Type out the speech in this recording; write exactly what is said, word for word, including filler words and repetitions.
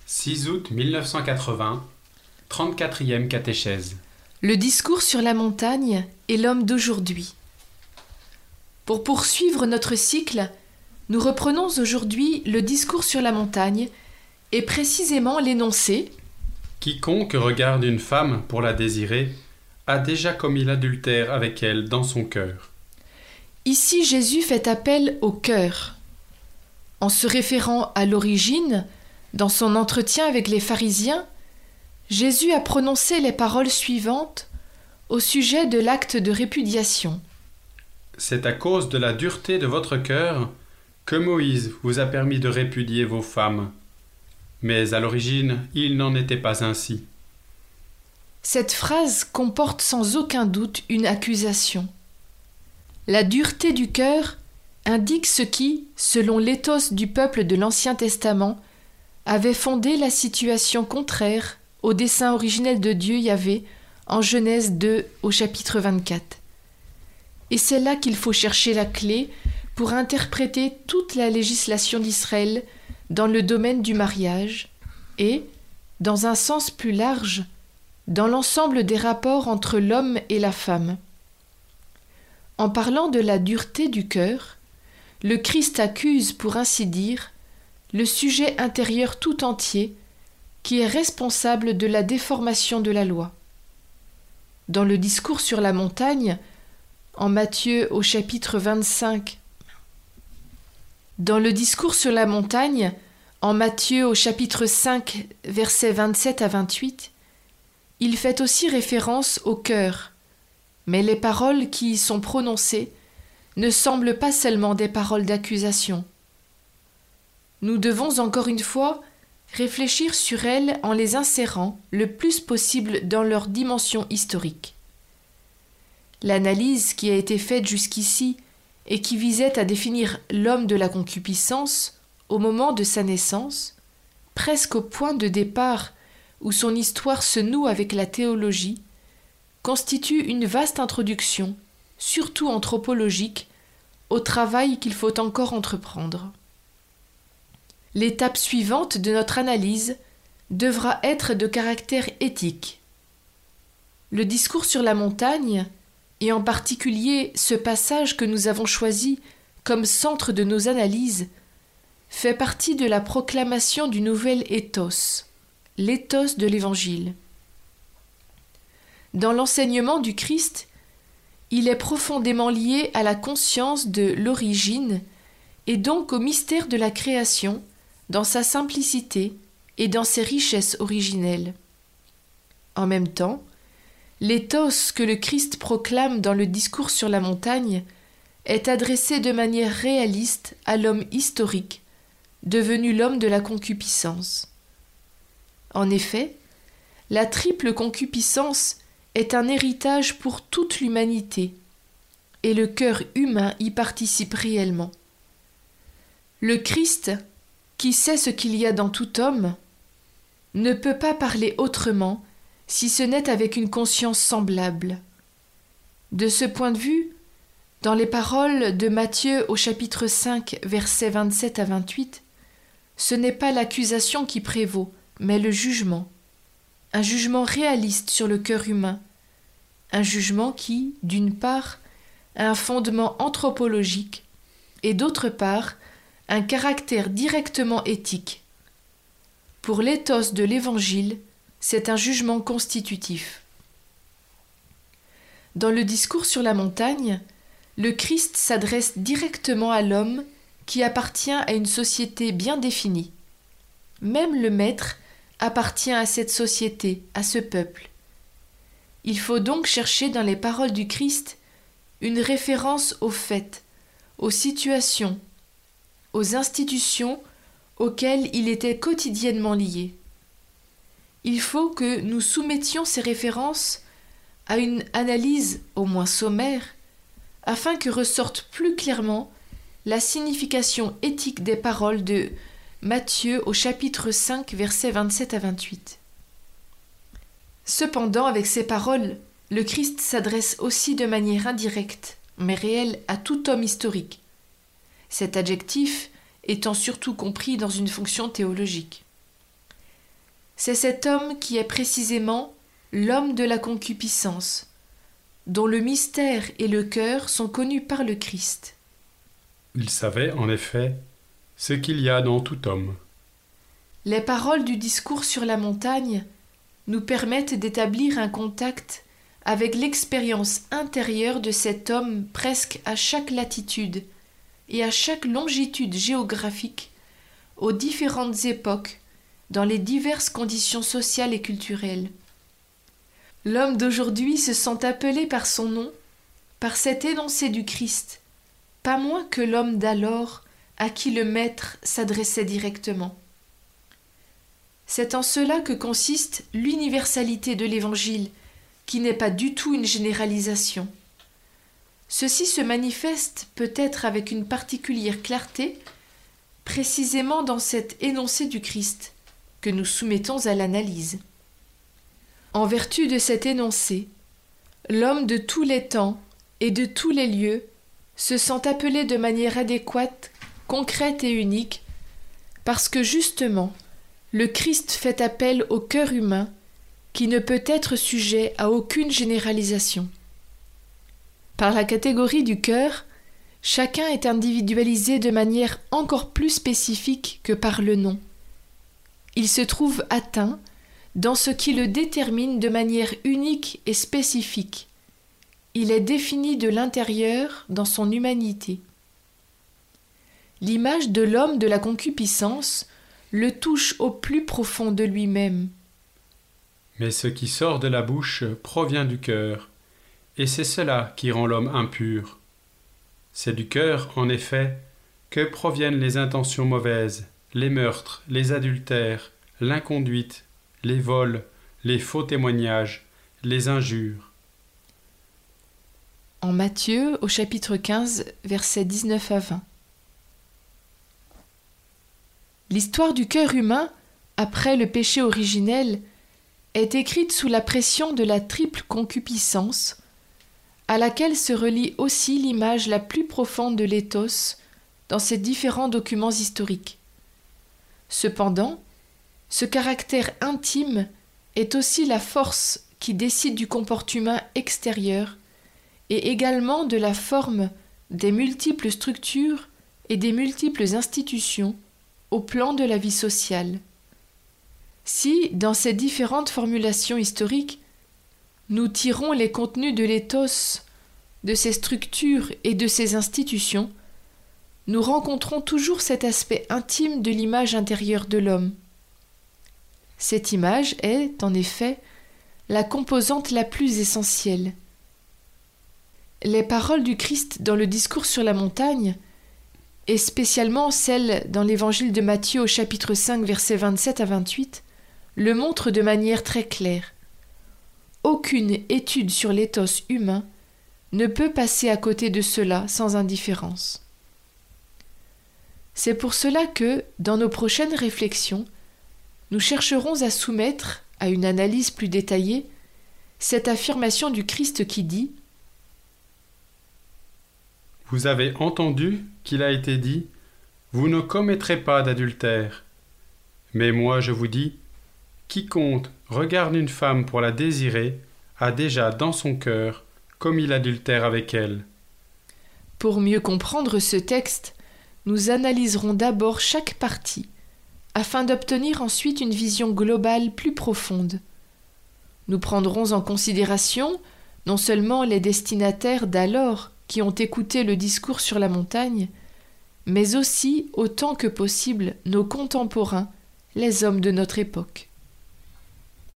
six août mille neuf cent quatre-vingts, trente-quatrième catéchèse. Le discours sur la montagne et l'homme d'aujourd'hui. Pour poursuivre notre cycle, nous reprenons aujourd'hui le discours sur la montagne et précisément l'énoncé « Quiconque regarde une femme pour la désirer a déjà commis l'adultère avec elle dans son cœur. » Ici, Jésus fait appel au cœur. En se référant à l'origine, dans son entretien avec les pharisiens, Jésus a prononcé les paroles suivantes au sujet de l'acte de répudiation. « C'est à cause de la dureté de votre cœur que Moïse vous a permis de répudier vos femmes. Mais à l'origine, il n'en était pas ainsi. » Cette phrase comporte sans aucun doute une accusation. La dureté du cœur indique ce qui, selon l'éthos du peuple de l'Ancien Testament, avait fondé la situation contraire au dessein originel de Dieu Yahvé en Genèse deux au chapitre vingt-quatre. Et c'est là qu'il faut chercher la clé pour interpréter toute la législation d'Israël dans le domaine du mariage et, dans un sens plus large, dans l'ensemble des rapports entre l'homme et la femme. En parlant de la dureté du cœur, le Christ accuse, pour ainsi dire, le sujet intérieur tout entier qui est responsable de la déformation de la loi. Dans le discours sur la montagne, en Matthieu au chapitre vingt-cinq, dans le discours sur la montagne, en Matthieu au chapitre cinq, versets vingt-sept à vingt-huit, il fait aussi référence au cœur, mais les paroles qui y sont prononcées ne semblent pas seulement des paroles d'accusation. Nous devons encore une fois réfléchir sur elles en les insérant le plus possible dans leur dimension historique. L'analyse qui a été faite jusqu'ici et qui visait à définir l'homme de la concupiscence au moment de sa naissance, presque au point de départ où son histoire se noue avec la théologie, constitue une vaste introduction, surtout anthropologique, au travail qu'il faut encore entreprendre. L'étape suivante de notre analyse devra être de caractère éthique. Le discours sur la montagne, et en particulier ce passage que nous avons choisi comme centre de nos analyses, fait partie de la proclamation du nouvel éthos, l'éthos de l'Évangile. Dans l'enseignement du Christ, il est profondément lié à la conscience de l'origine et donc au mystère de la création dans sa simplicité et dans ses richesses originelles. En même temps, l'éthos que le Christ proclame dans le discours sur la montagne est adressé de manière réaliste à l'homme historique, devenu l'homme de la concupiscence. En effet, la triple concupiscence est un héritage pour toute l'humanité, et le cœur humain y participe réellement. Le Christ, qui sait ce qu'il y a dans tout homme, ne peut pas parler autrement si ce n'est avec une conscience semblable. De ce point de vue, dans les paroles de Matthieu au chapitre cinq, versets vingt-sept à vingt-huit, ce n'est pas l'accusation qui prévaut, mais le jugement. Un jugement réaliste sur le cœur humain, un jugement qui, d'une part, a un fondement anthropologique et d'autre part, un caractère directement éthique. Pour l'éthos de l'Évangile, c'est un jugement constitutif. Dans le discours sur la montagne, le Christ s'adresse directement à l'homme qui appartient à une société bien définie. Même le Maître appartient à cette société, à ce peuple. Il faut donc chercher dans les paroles du Christ une référence aux faits, aux situations, aux institutions auxquelles il était quotidiennement lié. Il faut que nous soumettions ces références à une analyse au moins sommaire, afin que ressorte plus clairement la signification éthique des paroles de Matthieu au chapitre cinq, versets vingt-sept à vingt-huit. Cependant, avec ces paroles, le Christ s'adresse aussi de manière indirecte, mais réelle, à tout homme historique. Cet adjectif étant surtout compris dans une fonction théologique. c'est cet homme qui est précisément l'homme de la concupiscence, dont le mystère et le cœur sont connus par le Christ. Il savait, en effet, ce qu'il y a dans tout homme. Les paroles du discours sur la montagne nous permettent d'établir un contact avec l'expérience intérieure de cet homme presque à chaque latitude et à chaque longitude géographique, aux différentes époques, dans les diverses conditions sociales et culturelles. L'homme d'aujourd'hui se sent appelé par son nom, par cet énoncé du Christ, pas moins que l'homme d'alors à qui le Maître s'adressait directement. C'est en cela que consiste l'universalité de l'Évangile, qui n'est pas du tout une généralisation. Ceci se manifeste peut-être avec une particulière clarté, précisément dans cet énoncé du Christ, que nous soumettons à l'analyse. En vertu de cet énoncé, l'homme de tous les temps et de tous les lieux se sent appelé de manière adéquate, concrète et unique, parce que justement, le Christ fait appel au cœur humain qui ne peut être sujet à aucune généralisation. Par la catégorie du cœur, chacun est individualisé de manière encore plus spécifique que par le nom. Il se trouve atteint dans ce qui le détermine de manière unique et spécifique. Il est défini de l'intérieur dans son humanité. L'image de l'homme de la concupiscence le touche au plus profond de lui-même. Mais ce qui sort de la bouche provient du cœur, et c'est cela qui rend l'homme impur. C'est du cœur, en effet, que proviennent les intentions mauvaises, les meurtres, les adultères, l'inconduite, les vols, les faux témoignages, les injures. En Matthieu, au chapitre quinze, versets dix-neuf à vingt. L'histoire du cœur humain, après le péché originel, est écrite sous la pression de la triple concupiscence, à laquelle se relie aussi l'image la plus profonde de l'éthos dans ces différents documents historiques. Cependant, ce caractère intime est aussi la force qui décide du comportement extérieur et également de la forme des multiples structures et des multiples institutions au plan de la vie sociale. Si, dans ces différentes formulations historiques, nous tirons les contenus de l'éthos, de ces structures et de ces institutions, nous rencontrons toujours cet aspect intime de l'image intérieure de l'homme. Cette image est, en effet, la composante la plus essentielle. Les paroles du Christ dans le discours sur la montagne, et spécialement celles dans l'évangile de Matthieu au chapitre cinq, versets vingt-sept à vingt-huit, le montrent de manière très claire. Aucune étude sur l'éthos humain ne peut passer à côté de cela sans indifférence. C'est pour cela que, dans nos prochaines réflexions, nous chercherons à soumettre à une analyse plus détaillée cette affirmation du Christ qui dit « Vous avez entendu qu'il a été dit « Vous ne commettrez pas d'adultère ». Mais moi je vous dis, quiconque regarde une femme pour la désirer a déjà dans son cœur commis l'adultère avec elle. » Pour mieux comprendre ce texte, nous analyserons d'abord chaque partie, afin d'obtenir ensuite une vision globale plus profonde. Nous prendrons en considération non seulement les destinataires d'alors qui ont écouté le discours sur la montagne, mais aussi, autant que possible, nos contemporains, les hommes de notre époque.